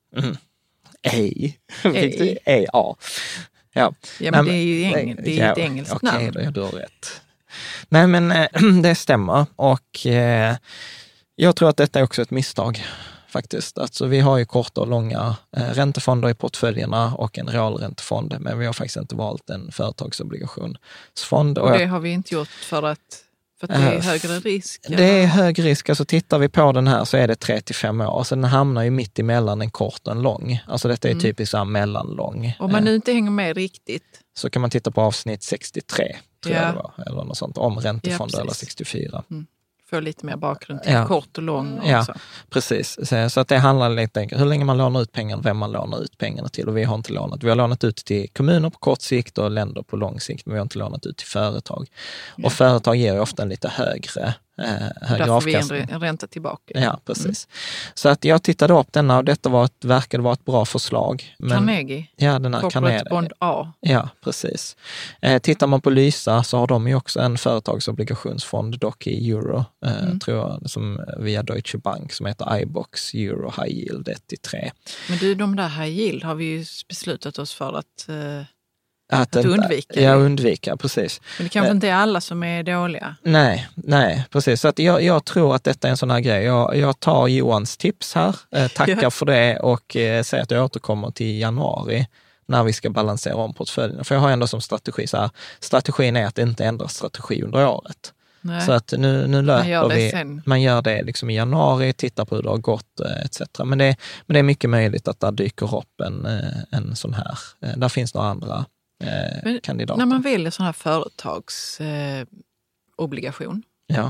A. Ja, men det är ju ett engelskt namn. Okej, du har rätt. Nej, men det stämmer. Och jag tror att detta är också ett misstag faktiskt. Alltså, vi har ju korta och långa räntefonder i portföljerna och en realräntefond, men vi har faktiskt inte valt en företagsobligationsfond. Och det har vi inte gjort för att det är högre risk? Det är hög risk. Alltså tittar vi på den här så är det 3-5 år. Så den hamnar ju mitt emellan en kort och en lång. Alltså detta är typiskt så här mellanlång. Om man nu inte hänger med riktigt. Så kan man titta på avsnitt 63, tror jag det var. Eller något sånt, om räntefonder, eller 64. Få lite mer bakgrund till kort och lång. Och så. Precis. Så att det handlar lite enkelt hur länge man lånar ut pengar, vem man lånar ut pengarna till. Och vi har inte lånat. Vi har lånat ut till kommuner på kort sikt och länder på lång sikt, men vi har inte lånat ut till företag. Och företag ger ju ofta en lite högre avkastning. Vi en ränta tillbaka. Ja, precis. Så att jag tittade upp denna och detta verkade vara ett bra förslag. Carnegie? Ja, den här Corporate Bond A. Ja, precis. Tittar man på Lysa så har de ju också en företagsobligationsfond, dock i euro, tror jag, som via Deutsche Bank, som heter iBox Euro High Yield 1-3. Men du, de där High Yield har vi ju beslutat oss för att undvika. Ja, undvika, precis. Men det kanske inte är alla som är dåliga. Nej, precis. Så att jag tror att detta är en sån här grej. Jag tar Johans tips här, tackar för det och säger att jag återkommer till januari när vi ska balansera om portföljen. För jag har ändå som strategi så här, strategin är att inte ändra strategi under året. Nej. Så att nu löper vi. Man gör det liksom i januari, tittar på hur det har gått etc. Men det är mycket möjligt att det dyker upp en sån här. Där finns några andra kandidater. När man väljer sån här företagsobligation,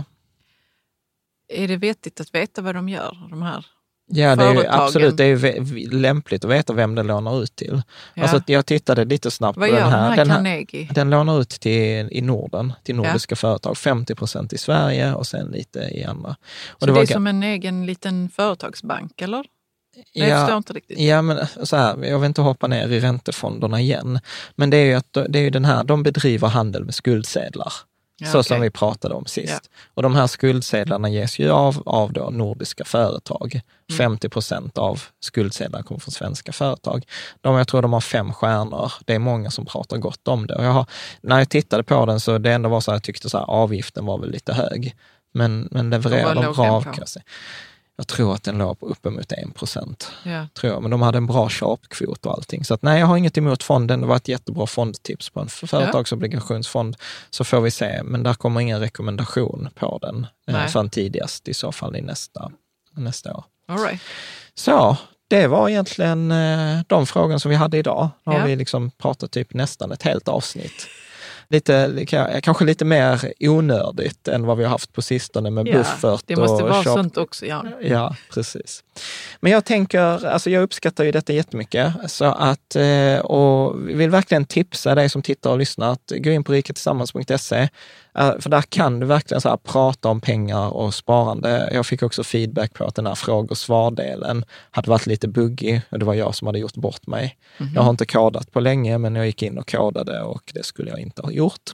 är det vettigt att veta vad de gör, de här? Ja, det är ju, absolut. Det är ju lämpligt att veta vem det lånar ut till. Ja. Alltså, jag tittade lite snabbt vad på den här. Carnegie? Den lånar ut i Norden, till nordiska företag. 50% i Sverige och sen lite i andra. Och så det är som en egen liten företagsbank, eller? Jag förstår inte riktigt. Ja, men så här, jag vill inte hoppa ner i räntefonderna igen. Men det är ju att det är ju den här, de bedriver handel med skuldsedlar. Som vi pratade om sist. Ja. Och de här skuldsedlarna ges ju av då nordiska företag. 50% av skuldsedlarna kommer från svenska företag. Jag tror de har 5 stjärnor. Det är många som pratar gott om det. Och när jag tittade på den så det ändå var så här, jag tyckte så här, avgiften var väl lite hög. Men levererar de bra avkastning. Jag tror att den låg uppemot 1%. Ja. Tror jag. Men de hade en bra köpkvot och allting. Så att, nej, jag har inget emot fonden. Det var ett jättebra fondtips på en företagsobligationsfond. Så får vi se. Men där kommer ingen rekommendation på den förrän tidigast i så fall i nästa år. All right. Så det var egentligen de frågor som vi hade idag. Nu har vi liksom pratat typ nästan ett helt avsnitt. Kanske lite mer onördigt än vad vi har haft på sistone med buffert. Det måste och vara sånt också, Ja, precis. Men jag tänker, alltså jag uppskattar ju detta jättemycket. Så att, och vill verkligen tipsa dig som tittar och lyssnar att gå in på riketillsammans.se. För där kan du verkligen så här prata om pengar och sparande. Jag fick också feedback på att den här fråga- och svardelen hade varit lite buggig. Och det var jag som hade gjort bort mig. Mm-hmm. Jag har inte kodat på länge, men jag gick in och kodade och det skulle jag inte ha gjort.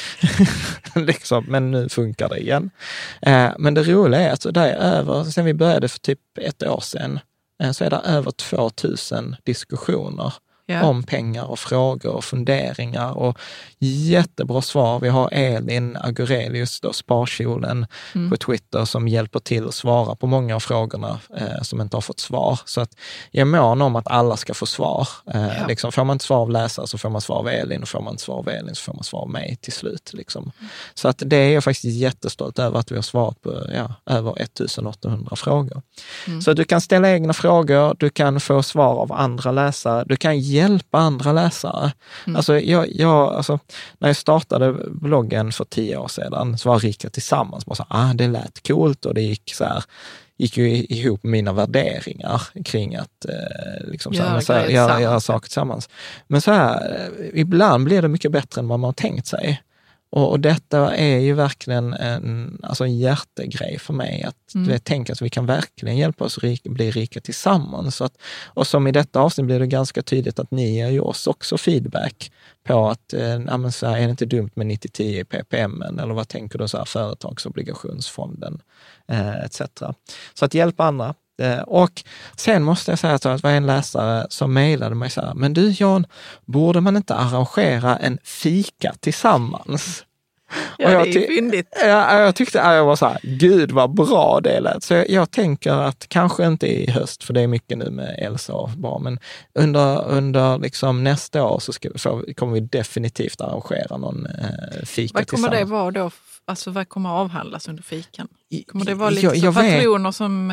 Liksom, men nu funkar det igen. Men det roliga är att det är över, sen vi började för typ 1 år sedan, så är det över 2000 diskussioner om pengar och frågor och funderingar och jättebra svar. Vi har Elin Agurelius, då, Sparkjolen på Twitter, som hjälper till att svara på många av frågorna som inte har fått svar. Så att jag är mån om att alla ska få svar. Liksom, får man inte svar av läsare så får man svar av Elin, och får man inte svar av Elin så får man svar av mig till slut. Liksom. Så att det är jag faktiskt jättestolt över, att vi har svarat på över 1800 frågor. Så du kan ställa egna frågor, du kan få svar av andra läsare, du kan hjälpa andra läsare. Alltså, alltså, när jag startade bloggen för 10 år sedan så var Rika Tillsammans bara så det lät coolt, och det gick ju ihop med mina värderingar kring att liksom göra saker tillsammans. Men så här, ibland blir det mycket bättre än vad man har tänkt sig. Och detta är ju verkligen en hjärtegrej för mig, att tänka att vi kan verkligen hjälpa oss bli rika tillsammans. Och som i detta avsnitt blir det ganska tydligt att ni ger ju oss också feedback på att är det inte dumt med 90-10 i PPM, eller vad tänker du, så här, företagsobligationsfonden etc. Så att hjälpa andra. Och sen måste jag säga att det var en läsare som mejlade mig så här: men du Jan, borde man inte arrangera en fika tillsammans? Ja, det är ju fyndigt. Jag tyckte, jag var så här, gud vad bra det lät. Så jag tänker att kanske inte i höst, för det är mycket nu med Elsa och barn, men under liksom nästa år så kommer vi definitivt arrangera någon fika tillsammans. Vad kommer det vara då? Alltså vad kommer avhandlas under fikan? Kommer det vara lite patroner som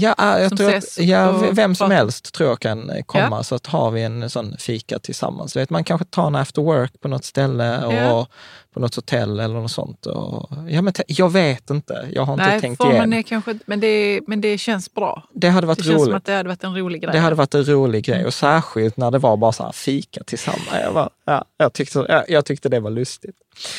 ses? Vem som helst tror jag kan komma, så att har vi en sån fika tillsammans. Man kanske tar en after work på något ställe och på något hotell eller något sånt. Men jag vet inte, jag har inte tänkt igen. Är kanske, men det känns bra. Det hade varit roligt. Känns som att det hade varit en rolig grej. Det hade varit en rolig grej, och särskilt när det var bara så här fika tillsammans. Jag tyckte det var lustigt.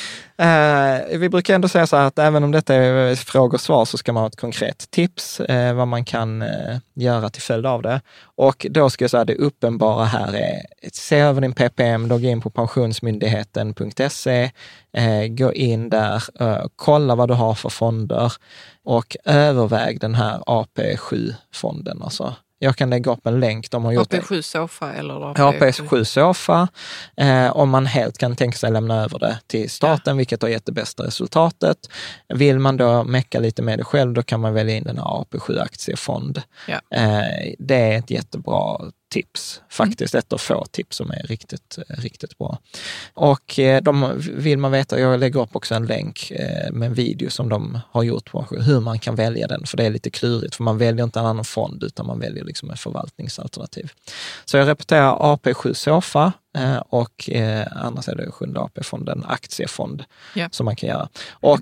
Vi brukar ändå säga så här att även om detta är frågor och svar så ska man ha ett konkret tips vad man kan göra till följd av det. Och då ska jag säga att det uppenbara här är: se över din PPM, då gå in på pensionsmyndigheten.se, gå in där, kolla vad du har för fonder och överväg den här AP7-fonden. Alltså. Jag kan lägga upp en länk. De har gjort AP7 Sofa eller AP7 Sofa. Om man helt kan tänka sig lämna över det till staten, vilket har gett det bästa resultatet. Vill man då mecka lite med det själv, då kan man välja in den här AP7 aktiefond. Ja. Det är ett jättebra tips, faktiskt ett av få tips som är riktigt, riktigt bra. Och vill man veta, jag lägger upp också en länk med en video som de har gjort på hur man kan välja den, för det är lite klurigt, för man väljer inte en annan fond utan man väljer liksom en förvaltningsalternativ. Så jag repeterar: AP7 Sofa och annars är det 7:e AP-fonden aktiefond som man kan göra. Och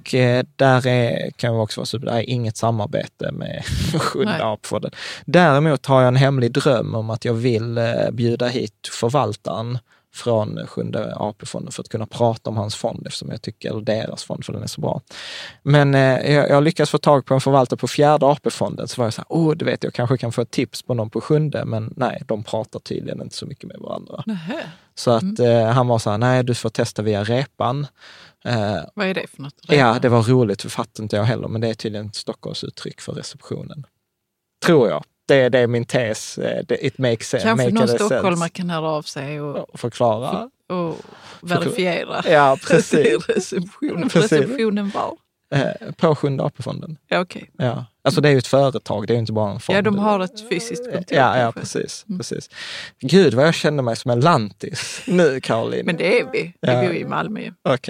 där kan vi också vara super, det är inget samarbete med 7:e AP-fonden. Däremot har jag en hemlig dröm om att jag vill bjuda hit förvaltaren från 7:e AP-fonden för att kunna prata om hans fond, eftersom jag tycker, eller deras fond, för den är så bra. Men jag lyckas få tag på en förvaltare på 4:e AP-fonden, så var jag så här, du vet, jag kanske kan få ett tips på någon på 7:e, men nej, de pratar tydligen inte så mycket med varandra. Nähä. Så att han var så här, nej, du får testa via repan. Vad är det för något? Repan? Ja, det var roligt, för fattar inte jag heller, men det är tydligen ett Stockholmsuttryck för receptionen. Tror jag. Det är min tes. It makes sense. Kanske någon stockholmare kan höra av sig och förklara. Och verifiera. Ja, precis. Receptionen var? På 7:e AP-fonden. Ja, okej. Ja. Alltså det är ju ett företag, det är ju inte bara en fond. Ja, de har ett fysiskt kontor. Ja, precis. Gud, vad jag kände mig som en lantis nu, Caroline. Men det är vi. Vi bor i Malmö. Okej,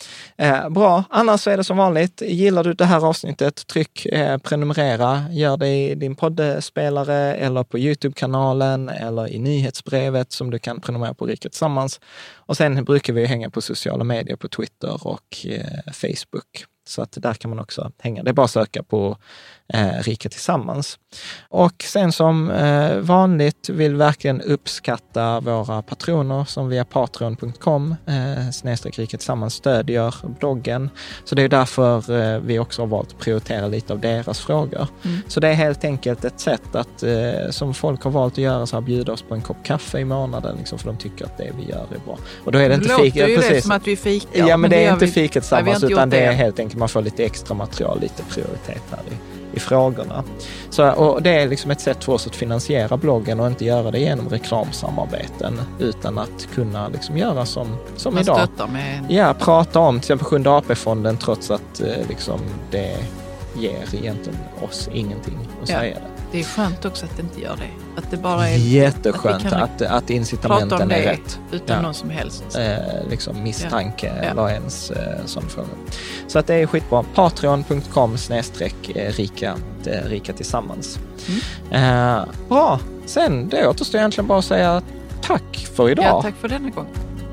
bra. Annars så är det som vanligt. Gillar du det här avsnittet, tryck prenumerera. Gör det i din poddspelare eller på YouTube-kanalen eller i nyhetsbrevet som du kan prenumerera på Rika Tillsammans. Och sen brukar vi hänga på sociala medier, på Twitter och Facebook. Så att där kan man också hänga. Det är bara att söka på Rika Tillsammans. Och sen som vanligt vill verkligen uppskatta våra patroner som via patreon.com /Rika Tillsammans stödjer bloggen. Så det är därför vi också har valt att prioritera lite av deras frågor. Så det är helt enkelt ett sätt att, som folk har valt att göra, så här, bjuda oss på en kopp kaffe i månaden, liksom, för de tycker att det vi gör är bra. Och då är det inte fika. Det låter ju som att vi fikar. Ja, men det är inte fika tillsammans, utan det är helt enkelt man får lite extra material, lite prioritet här i frågorna. Så, och det är liksom ett sätt för oss att finansiera bloggen och inte göra det genom reklamsamarbeten, utan att kunna liksom göra som idag. Ja, prata om till exempel Sjunde AP-fonden, trots att liksom det ger egentligen oss ingenting att säga det. Det är skönt också att det inte gör det. Att det bara är jätteskönt att incitamenten är rätt. Utan någon som helst. Liksom misstanke eller ens sån fråga. Så att det är skitbra. Patreon.com /Rika Tillsammans. Bra. Sen det återstår egentligen bara att säga tack för idag. Ja, tack för denna gång.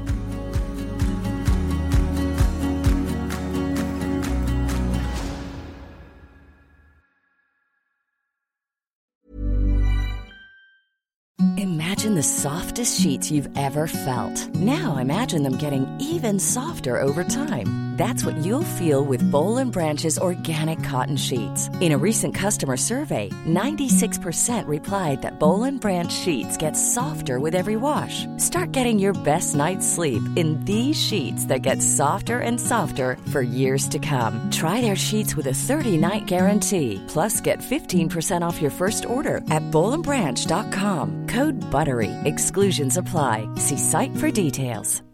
Imagine the softest sheets you've ever felt. Now imagine them getting even softer over time. That's what you'll feel with Boll & Branch's organic cotton sheets. In a recent customer survey, 96% replied that Boll & Branch sheets get softer with every wash. Start getting your best night's sleep in these sheets that get softer and softer for years to come. Try their sheets with a 30-night guarantee. Plus, get 15% off your first order at bollandbranch.com. Code BUTTERY. Exclusions apply. See site for details.